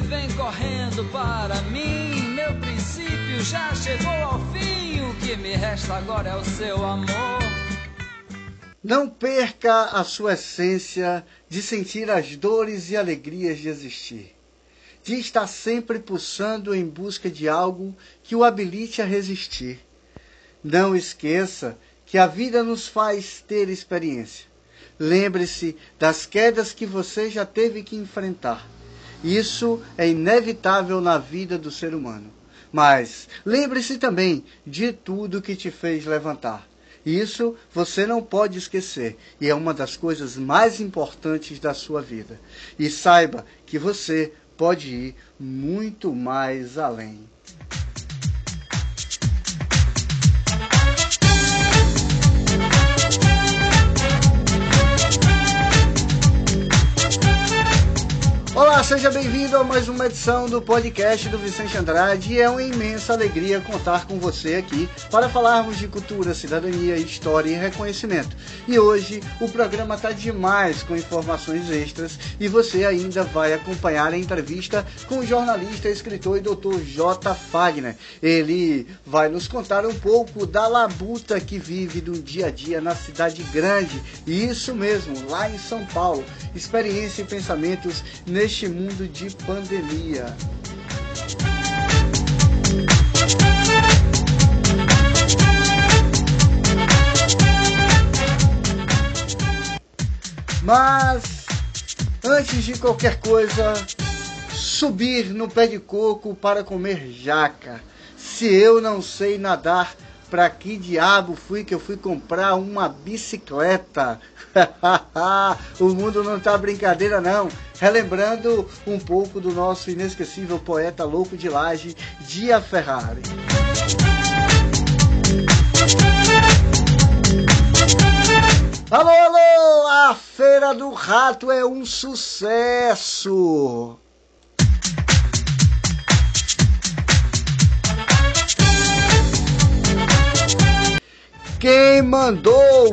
vem correndo para mim. Meu princípio já chegou ao fim. O que me resta agora é o seu amor. Não perca a sua essência de sentir as dores e alegrias de existir, de estar sempre pulsando em busca de algo que o habilite a resistir. Não esqueça que a vida nos faz ter experiência. Lembre-se das quedas que você já teve que enfrentar. Isso é inevitável na vida do ser humano. Mas lembre-se também de tudo que te fez levantar. Isso você não pode esquecer e é uma das coisas mais importantes da sua vida. E saiba que você pode ir muito mais além. Olá, seja bem-vindo a mais uma edição do podcast do Vicente Andrade. E é uma imensa alegria contar com você aqui para falarmos de cultura, cidadania, história e reconhecimento. E hoje o programa está demais com informações extras e você ainda vai acompanhar a entrevista com o jornalista, escritor e doutor J. Fagner. Ele vai nos contar um pouco da labuta que vive do dia a dia na cidade grande. E isso mesmo, lá em São Paulo. Experiência e pensamentos neste mundo de pandemia. Mas, antes de qualquer coisa, subir no pé de coco para comer jaca. Se eu não sei nadar, pra que diabo que eu fui comprar uma bicicleta? O mundo não tá brincadeira não. Relembrando um pouco do nosso inesquecível poeta louco de Laje, Dia Ferrari. Alô, alô! A Feira do Rato é um sucesso! Quem mandou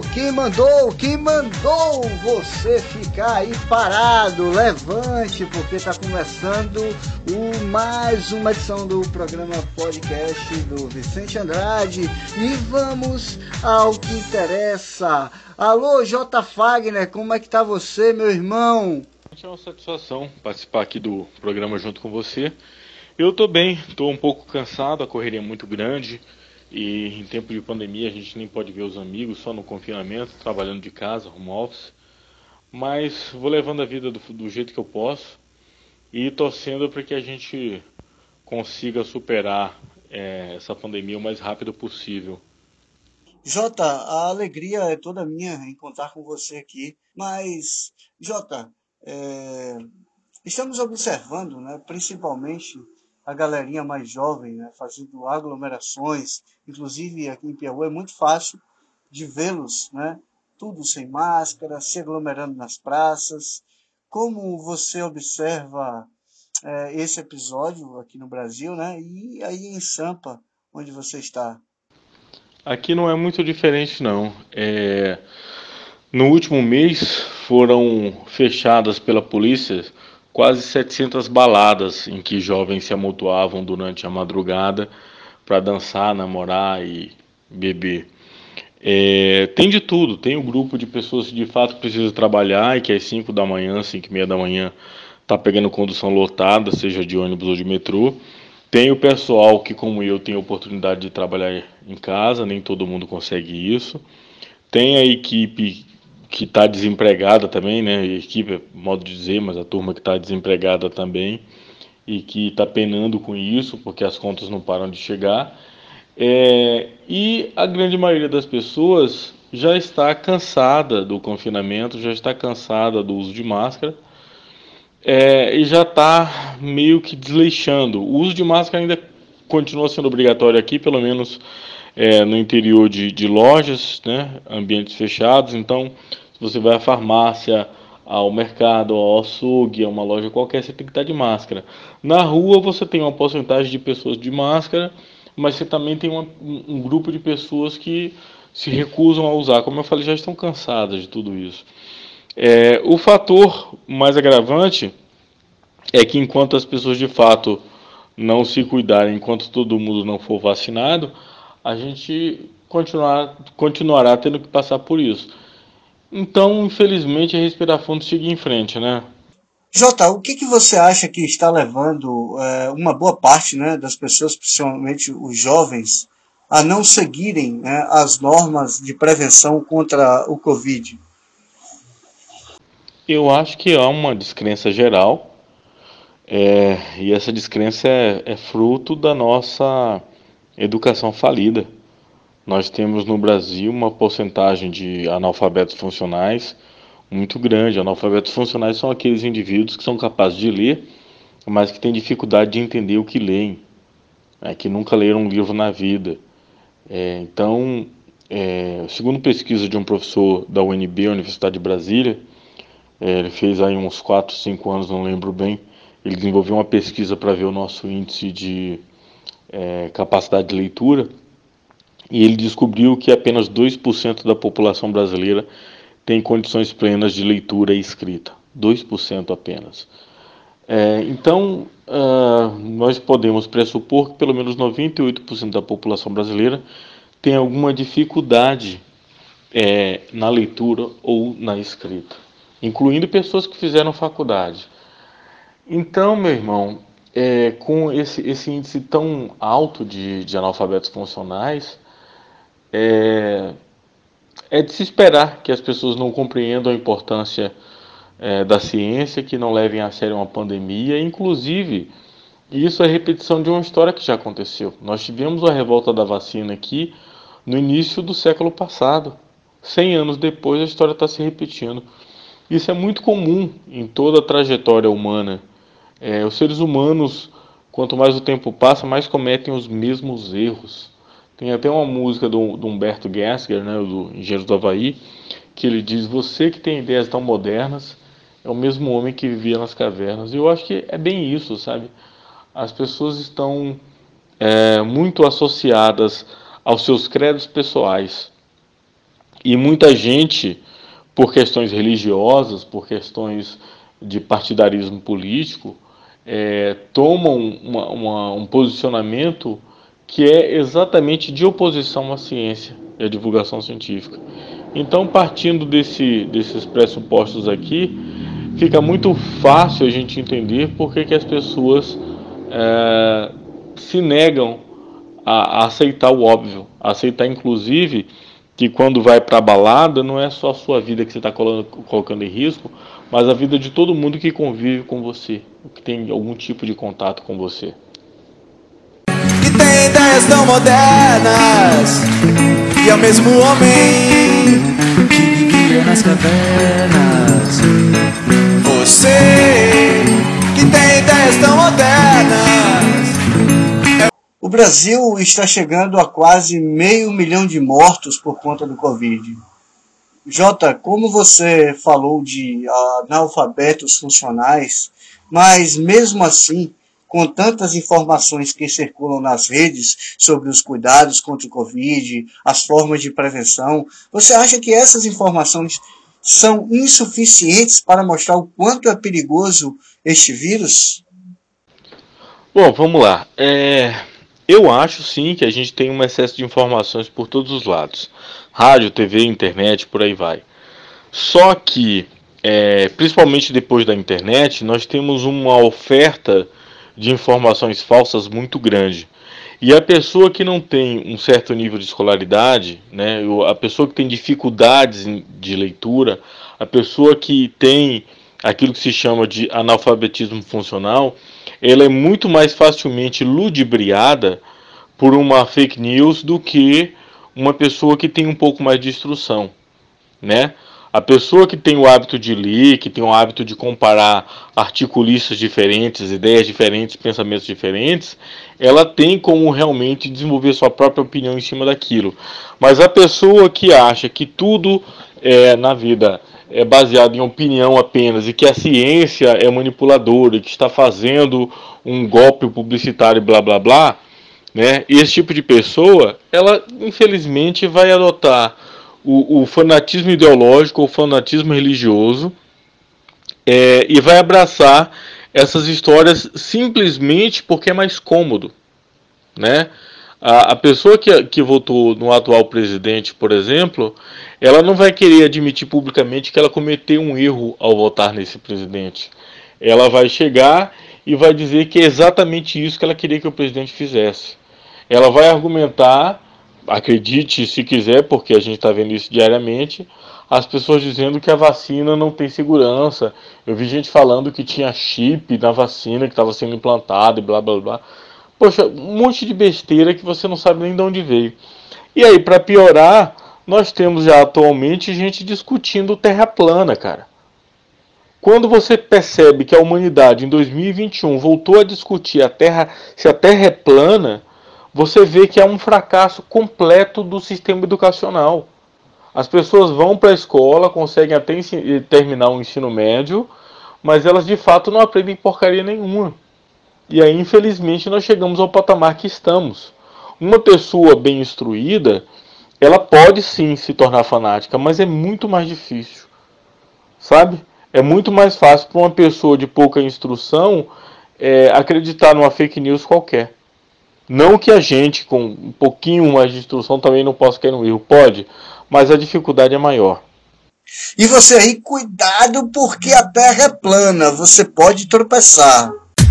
você ficar aí parado? Levante, porque está começando mais uma edição do programa podcast do Vicente Andrade. E vamos ao que interessa. Alô, J. Fagner, como é que tá você, meu irmão? É uma satisfação participar aqui do programa junto com você. Eu tô bem, tô um pouco cansado, a correria é muito grande. E em tempo de pandemia a gente nem pode ver os amigos, só no confinamento, trabalhando de casa, home office. Mas vou levando a vida do jeito que eu posso e torcendo para que a gente consiga superar essa pandemia o mais rápido possível. Jota, a alegria é toda minha em contar com você aqui. Mas, Jota, estamos observando, né, principalmente a galerinha mais jovem, né, fazendo aglomerações, inclusive aqui em Piauí é muito fácil de vê-los, né, tudo sem máscara, se aglomerando nas praças. Como você observa esse episódio aqui no Brasil, né, e aí em Sampa, onde você está? Aqui não é muito diferente não. No último mês foram fechadas pela polícia quase 700 baladas em que jovens se amontoavam durante a madrugada para dançar, namorar e beber. Tem de tudo, tem um grupo de pessoas que de fato precisam trabalhar e que às 5 da manhã, 5 e meia da manhã, está pegando condução lotada, seja de ônibus ou de metrô. Tem o pessoal que, como eu, tem a oportunidade de trabalhar em casa, nem todo mundo consegue isso. Tem a equipe que está desempregada também, né? Equipe é modo de dizer, mas a turma que está desempregada também e que está penando com isso, porque as contas não param de chegar. E a grande maioria das pessoas já está cansada do confinamento, já está cansada do uso de máscara e já está meio que desleixando. O uso de máscara ainda continua sendo obrigatório aqui, pelo menos no interior de lojas, né, ambientes fechados. Então, se você vai à farmácia, ao mercado, ao açougue, a uma loja qualquer, você tem que estar de máscara. Na rua você tem uma porcentagem de pessoas de máscara, mas você também tem um grupo de pessoas que se recusam a usar. Como eu falei, já estão cansadas de tudo isso. O fator mais agravante é que enquanto as pessoas de fato não se cuidarem, enquanto todo mundo não for vacinado, a gente continuará tendo que passar por isso. Então, infelizmente, é respirar fundo e seguir em frente, né? Jota, o que você acha que está levando uma boa parte, né, das pessoas, principalmente os jovens, a não seguirem, né, as normas de prevenção contra o Covid? Eu acho que há uma descrença geral, e essa descrença é fruto da nossa educação falida. Nós temos no Brasil uma porcentagem de analfabetos funcionais muito grande. Analfabetos funcionais são aqueles indivíduos que são capazes de ler, mas que têm dificuldade de entender o que leem, né, que nunca leram um livro na vida. Então, segundo pesquisa de um professor da UNB, Universidade de Brasília, ele fez aí uns 4, 5 anos, não lembro bem, ele desenvolveu uma pesquisa para ver o nosso índice de capacidade de leitura, e ele descobriu que apenas 2% da população brasileira tem condições plenas de leitura e escrita. 2% apenas. Então, nós podemos pressupor que pelo menos 98% da população brasileira tem alguma dificuldade na leitura ou na escrita, incluindo pessoas que fizeram faculdade. Então, meu irmão, com esse índice tão alto de analfabetos funcionais, é de se esperar que as pessoas não compreendam a importância da ciência, que não levem a sério uma pandemia. Inclusive, isso é repetição de uma história que já aconteceu. Nós tivemos a revolta da vacina aqui no início do século passado. 100 anos depois, a história está se repetindo. Isso é muito comum em toda a trajetória humana. Os seres humanos, quanto mais o tempo passa, mais cometem os mesmos erros. Tem até uma música do Humberto Gessinger, né, do Engenheiro do Havaí, que ele diz: você que tem ideias tão modernas é o mesmo homem que vivia nas cavernas. E eu acho que é bem isso, sabe? As pessoas estão muito associadas aos seus credos pessoais. E muita gente, por questões religiosas, por questões de partidarismo político, tomam um posicionamento que é exatamente de oposição à ciência e à divulgação científica. Então, partindo desses pressupostos aqui, fica muito fácil a gente entender por que as pessoas se negam a aceitar o óbvio, a aceitar inclusive que quando vai para a balada não é só a sua vida que você está colocando em risco, mas a vida de todo mundo que convive com você, que tem algum tipo de contato com você. Que tem ideias tão modernas, e é o mesmo homem que vivia nas cavernas. Você que tem ideias tão modernas. O Brasil está chegando a quase 500 mil de mortos por conta do Covid. Jota, como você falou de analfabetos funcionais, mas mesmo assim, com tantas informações que circulam nas redes sobre os cuidados contra o Covid, as formas de prevenção, você acha que essas informações são insuficientes para mostrar o quanto é perigoso este vírus? Bom, vamos lá. Eu acho sim que a gente tem um excesso de informações por todos os lados. Rádio, TV, internet, por aí vai. Só que, principalmente depois da internet, nós temos uma oferta de informações falsas muito grande. E a pessoa que não tem um certo nível de escolaridade, né, a pessoa que tem dificuldades de leitura, a pessoa que tem aquilo que se chama de analfabetismo funcional, ela é muito mais facilmente ludibriada por uma fake news do que uma pessoa que tem um pouco mais de instrução, né? A pessoa que tem o hábito de ler, que tem o hábito de comparar articulistas diferentes, ideias diferentes, pensamentos diferentes, ela tem como realmente desenvolver sua própria opinião em cima daquilo. Mas a pessoa que acha que tudo na vida é baseado em opinião apenas e que a ciência é manipuladora e que está fazendo um golpe publicitário e blá blá blá, né? Esse tipo de pessoa, ela infelizmente vai adotar o fanatismo ideológico ou fanatismo religioso e vai abraçar essas histórias simplesmente porque é mais cômodo, né? A pessoa que votou no atual presidente, por exemplo, ela não vai querer admitir publicamente que ela cometeu um erro ao votar nesse presidente. Ela vai chegar e vai dizer que é exatamente isso que ela queria que o presidente fizesse. Ela vai argumentar, acredite se quiser, porque a gente está vendo isso diariamente, as pessoas dizendo que a vacina não tem segurança. Eu vi gente falando que tinha chip na vacina que estava sendo implantado e blá blá blá. Poxa, um monte de besteira que você não sabe nem de onde veio. E aí, para piorar, nós temos já atualmente gente discutindo terra plana, cara. Quando você percebe que a humanidade em 2021 voltou a discutir se a Terra é plana, você vê que é um fracasso completo do sistema educacional. As pessoas vão para a escola, conseguem até terminar o ensino médio, mas elas de fato não aprendem porcaria nenhuma. E aí, infelizmente, nós chegamos ao patamar que estamos. Uma pessoa bem instruída, ela pode sim se tornar fanática, mas é muito mais difícil, sabe? É muito mais fácil para uma pessoa de pouca instrução acreditar numa fake news qualquer. Não que a gente com um pouquinho mais de instrução também não possa cair no erro, pode, mas a dificuldade é maior. E você aí, cuidado porque a Terra é plana, você pode tropeçar.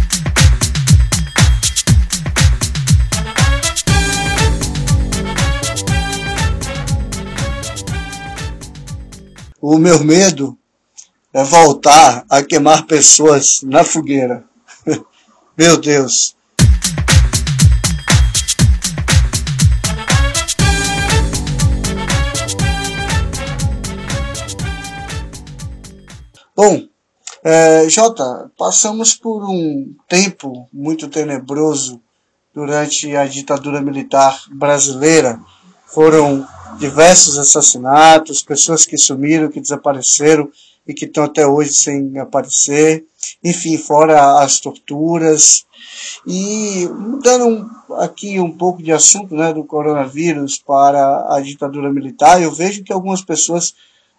O meu medo é voltar a queimar pessoas na fogueira. Meu Deus. Bom, Jota, passamos por um tempo muito tenebroso durante a ditadura militar brasileira. Foram diversos assassinatos, pessoas que sumiram, que desapareceram e que estão até hoje sem aparecer. Enfim, fora as torturas. E mudando aqui um pouco de assunto, né, do coronavírus para a ditadura militar, eu vejo que algumas pessoas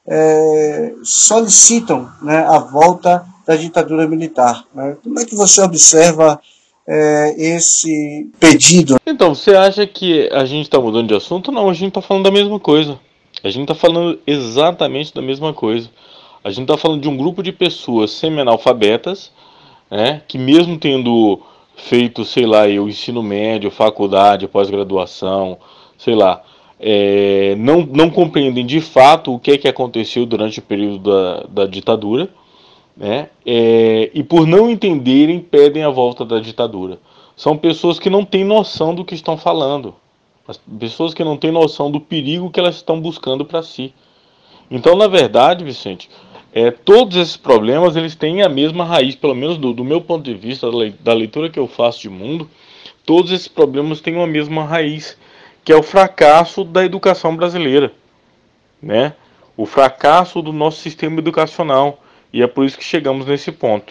solicitam, né, a volta da ditadura militar. Né? Como é que você observa esse pedido? Então, você acha que a gente está mudando de assunto? Não, a gente está falando da mesma coisa. A gente está falando exatamente da mesma coisa. A gente está falando de um grupo de pessoas semi-analfabetas, né, que mesmo tendo feito, sei lá, o ensino médio, faculdade, pós-graduação, sei lá, não compreendem de fato o que é que aconteceu durante o período da ditadura, né? E por não entenderem, pedem a volta da ditadura. São pessoas que não têm noção do que estão falando. As pessoas que não têm noção do perigo que elas estão buscando para si. Então, na verdade, Vicente, todos esses problemas eles têm a mesma raiz, pelo menos do meu ponto de vista, da leitura que eu faço de mundo, todos esses problemas têm uma mesma raiz, que é o fracasso da educação brasileira, né? O fracasso do nosso sistema educacional. E é por isso que chegamos nesse ponto.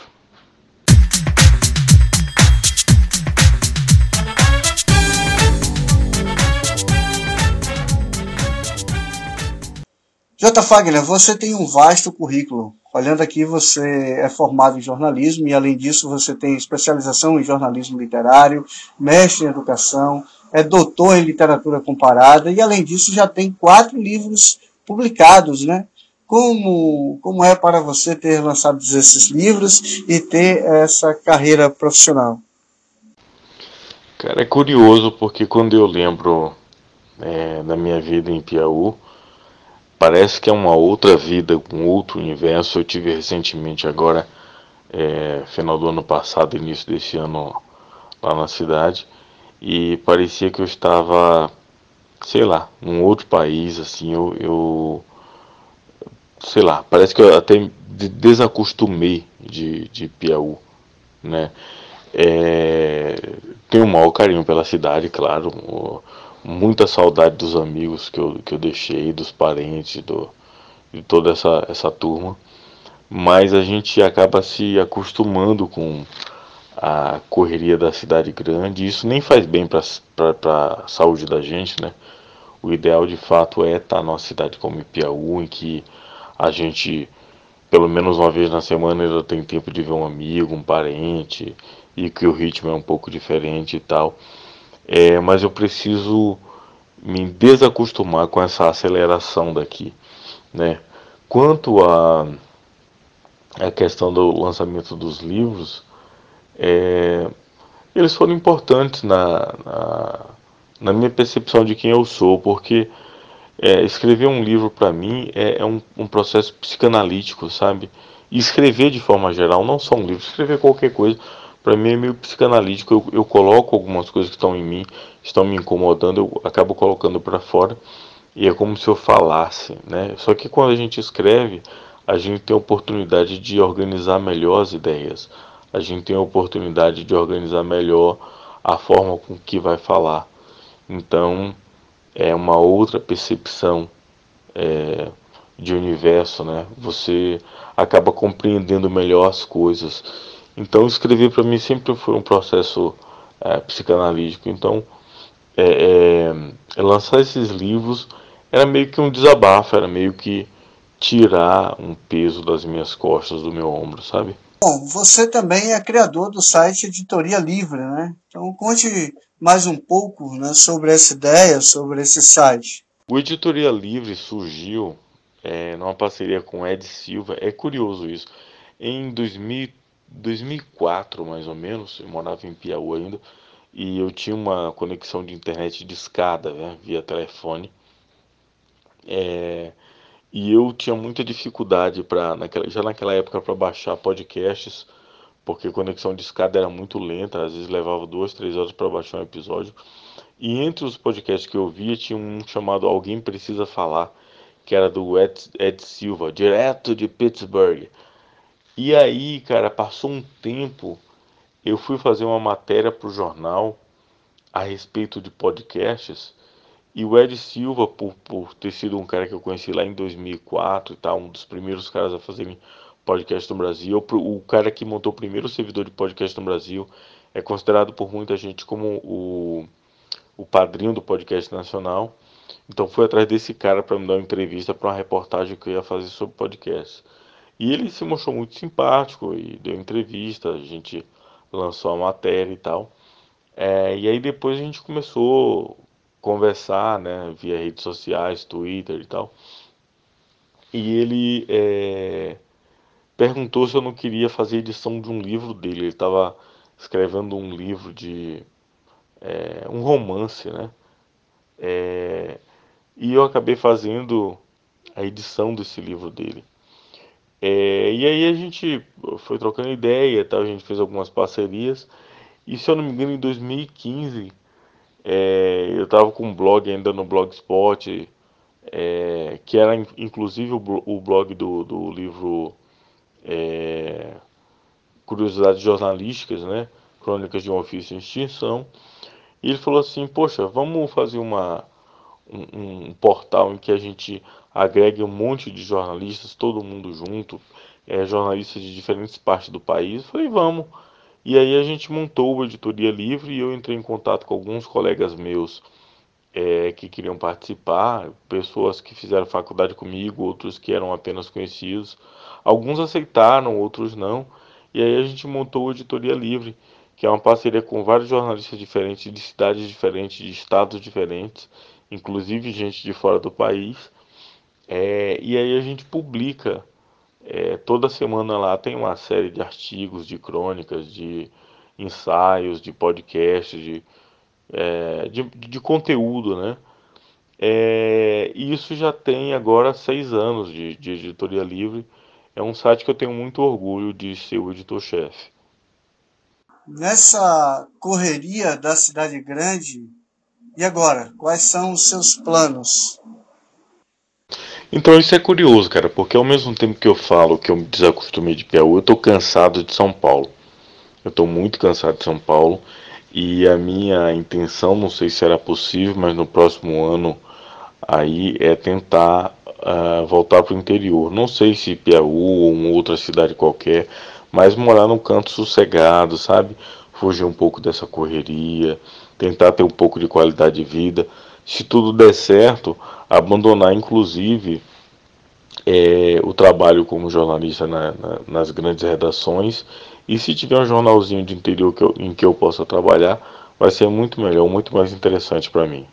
J. Fagner, você tem um vasto currículo. Olhando aqui, você é formado em jornalismo e, além disso, você tem especialização em jornalismo literário, mestre em educação, é doutor em literatura comparada e, além disso, já tem 4 livros publicados, né? Como é para você ter lançado esses livros e ter essa carreira profissional? Cara, é curioso porque quando eu lembro da minha vida em Piauí, parece que é uma outra vida, um outro universo. Eu tive recentemente agora, final do ano passado, início desse ano, lá na cidade, e parecia que eu estava, sei lá, num outro país, assim, sei lá, parece que eu até desacostumei de Piauí, né? Tenho um maior carinho pela cidade, claro, muita saudade dos amigos que eu deixei, dos parentes, de toda essa turma, mas a gente acaba se acostumando com a correria da cidade grande, e isso nem faz bem para a saúde da gente, né? O ideal de fato é estar numa cidade como Piauí, em que a gente pelo menos uma vez na semana ainda tem tempo de ver um amigo, um parente, e que o ritmo é um pouco diferente e tal. Mas eu preciso me desacostumar com essa aceleração daqui, né? Quanto à questão do lançamento dos livros, eles foram importantes na minha percepção de quem eu sou, porque escrever um livro para mim é um processo psicanalítico, sabe? E escrever de forma geral, não só um livro, escrever qualquer coisa, para mim é meio psicanalítico. Eu coloco algumas coisas que estão em mim, estão me incomodando, eu acabo colocando para fora e é como se eu falasse, né? Só que quando a gente escreve, a gente tem a oportunidade de organizar melhor as ideias, a gente tem a oportunidade de organizar melhor a forma com que vai falar. Então, é uma outra percepção de universo, né? Você acaba compreendendo melhor as coisas. Então, escrever para mim sempre foi um processo psicanalítico. Então, lançar esses livros era meio que um desabafo, era meio que tirar um peso das minhas costas, do meu ombro, sabe? Bom, você também é criador do site Editoria Livre, né? Então conte mais um pouco, né, sobre essa ideia, sobre esse site. O Editoria Livre surgiu numa parceria com o Ed Silva. É curioso isso. Em 2004, mais ou menos, eu morava em Piauí ainda, e eu tinha uma conexão de internet discada, né, via telefone. E eu tinha muita dificuldade já naquela época para baixar podcasts, porque a conexão de escada era muito lenta, às vezes levava 2, 3 horas para baixar um episódio. E entre os podcasts que eu via tinha um chamado Alguém Precisa Falar, que era do Ed Silva, direto de Pittsburgh. E aí, cara, passou um tempo, eu fui fazer uma matéria para o jornal a respeito de podcasts. E o Ed Silva, por ter sido um cara que eu conheci lá em 2004 e tal, um dos primeiros caras a fazerem podcast no Brasil, o cara que montou o primeiro servidor de podcast no Brasil, é considerado por muita gente como o padrinho do podcast nacional. Então fui atrás desse cara para me dar uma entrevista para uma reportagem que eu ia fazer sobre podcast. E ele se mostrou muito simpático e deu entrevista, a gente lançou a matéria e tal. E aí depois a gente começou a conversar, né, via redes sociais, Twitter e tal. E ele perguntou se eu não queria fazer edição de um livro dele. Ele estava escrevendo um livro de um romance, né? E eu acabei fazendo a edição desse livro dele. E aí a gente foi trocando ideia, tal, a gente fez algumas parcerias. E se eu não me engano, em 2015, eu estava com um blog ainda no Blogspot, que era inclusive o blog do livro Curiosidades Jornalísticas, né? Crônicas de um Ofício em Extinção. E ele falou assim: poxa, vamos fazer um portal em que a gente agregue um monte de jornalistas, todo mundo junto, jornalistas de diferentes partes do país. Eu falei, vamos. E aí a gente montou o Editoria Livre e eu entrei em contato com alguns colegas meus que queriam participar, pessoas que fizeram faculdade comigo, outros que eram apenas conhecidos. Alguns aceitaram, outros não. E aí a gente montou o Editoria Livre, que é uma parceria com vários jornalistas diferentes, de cidades diferentes, de estados diferentes, inclusive gente de fora do país. E aí a gente publica toda semana lá, tem uma série de artigos, de crônicas, de ensaios, de podcasts, de conteúdo, né? E isso já tem agora 6 anos de Editoria Livre. É um site que eu tenho muito orgulho de ser o editor-chefe. Nessa correria da cidade grande, e agora? Quais são os seus planos? Então isso é curioso, cara, porque ao mesmo tempo que eu falo que eu me desacostumei de Piauí, eu tô cansado de São Paulo. Eu tô muito cansado de São Paulo e a minha intenção, não sei se será possível, mas no próximo ano aí é tentar voltar para o interior. Não sei se Piauí ou uma outra cidade qualquer, mas morar num canto sossegado, sabe? Fugir um pouco dessa correria, tentar ter um pouco de qualidade de vida. Se tudo der certo, abandonar inclusive o trabalho como jornalista nas grandes redações. E se tiver um jornalzinho de interior em que eu possa trabalhar, vai ser muito melhor, muito mais interessante para mim.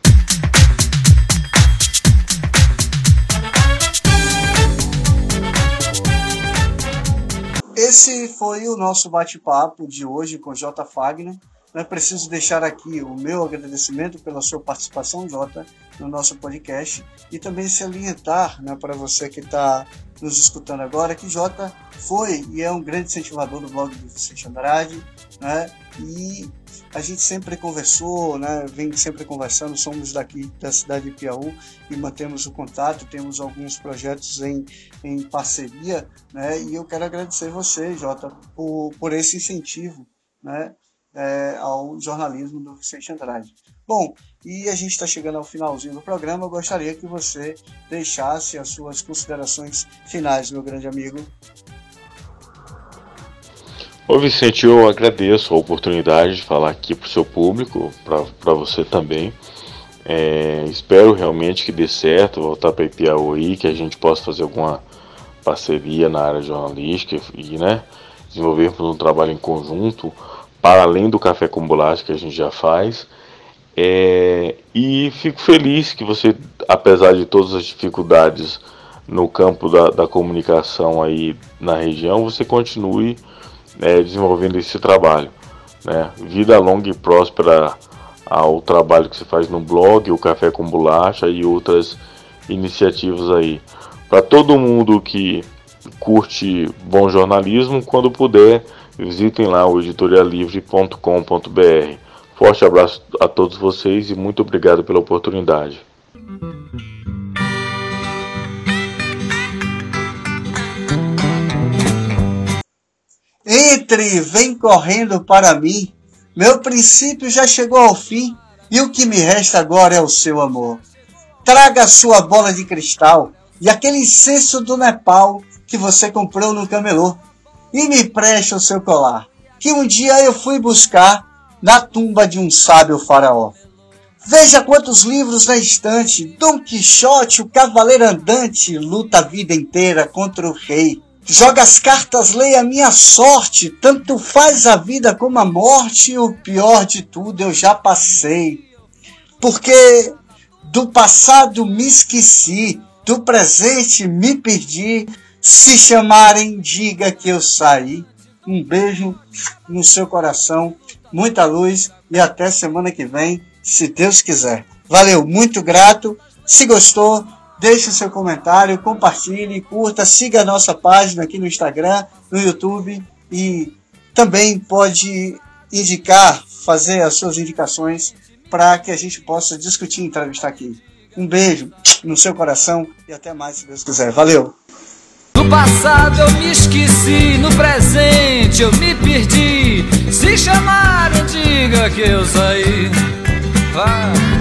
Esse foi o nosso bate-papo de hoje com J. Fagner. Eu preciso deixar aqui o meu agradecimento pela sua participação, Jota, no nosso podcast, e também salientar, né, para você que está nos escutando agora, que Jota foi e é um grande incentivador do blog do Vicente Andrade, né, e a gente sempre conversou, né, vem sempre conversando, somos daqui da cidade de Piauí e mantemos o contato, temos alguns projetos em parceria, né, e eu quero agradecer você, Jota, por esse incentivo, né, ao jornalismo do Vicente Andrade. Bom, e a gente está chegando ao finalzinho do programa. Eu gostaria que você deixasse as suas considerações finais, meu grande amigo. Ô Vicente, eu agradeço a oportunidade de falar aqui para o seu público, para você também. Espero realmente que dê certo, voltar para Piauí, que a gente possa fazer alguma parceria na área jornalística e, né, desenvolvermos um trabalho em conjunto, para além do café com bolacha que a gente já faz. E fico feliz que você, apesar de todas as dificuldades no campo da comunicação aí na região, você continue desenvolvendo esse trabalho, né? Vida longa e próspera ao trabalho que você faz no blog, o Café com Bolacha e outras iniciativas aí. Para todo mundo que curte bom jornalismo, quando puder, visitem lá o editoriallivre.com.br. Forte abraço a todos vocês e muito obrigado pela oportunidade. Entre, vem correndo para mim, meu princípio já chegou ao fim, e o que me resta agora é o seu amor. Traga a sua bola de cristal e aquele incenso do Nepal que você comprou no camelô, e me preste o seu colar, que um dia eu fui buscar na tumba de um sábio faraó. Veja quantos livros na estante, Dom Quixote, o cavaleiro andante, luta a vida inteira contra o rei. Joga as cartas, leia a minha sorte, tanto faz a vida como a morte, o pior de tudo eu já passei. Porque do passado me esqueci, do presente me perdi, se chamarem, diga que eu saí. Um beijo no seu coração, muita luz e até semana que vem, se Deus quiser. Valeu, muito grato. Se gostou, deixe seu comentário, compartilhe, curta, siga a nossa página aqui no Instagram, no YouTube e também pode indicar, fazer as suas indicações para que a gente possa discutir e entrevistar aqui. Um beijo no seu coração e até mais, se Deus quiser. Valeu! No passado eu me esqueci, no presente eu me perdi. Se chamarem, diga que eu saí. Vai.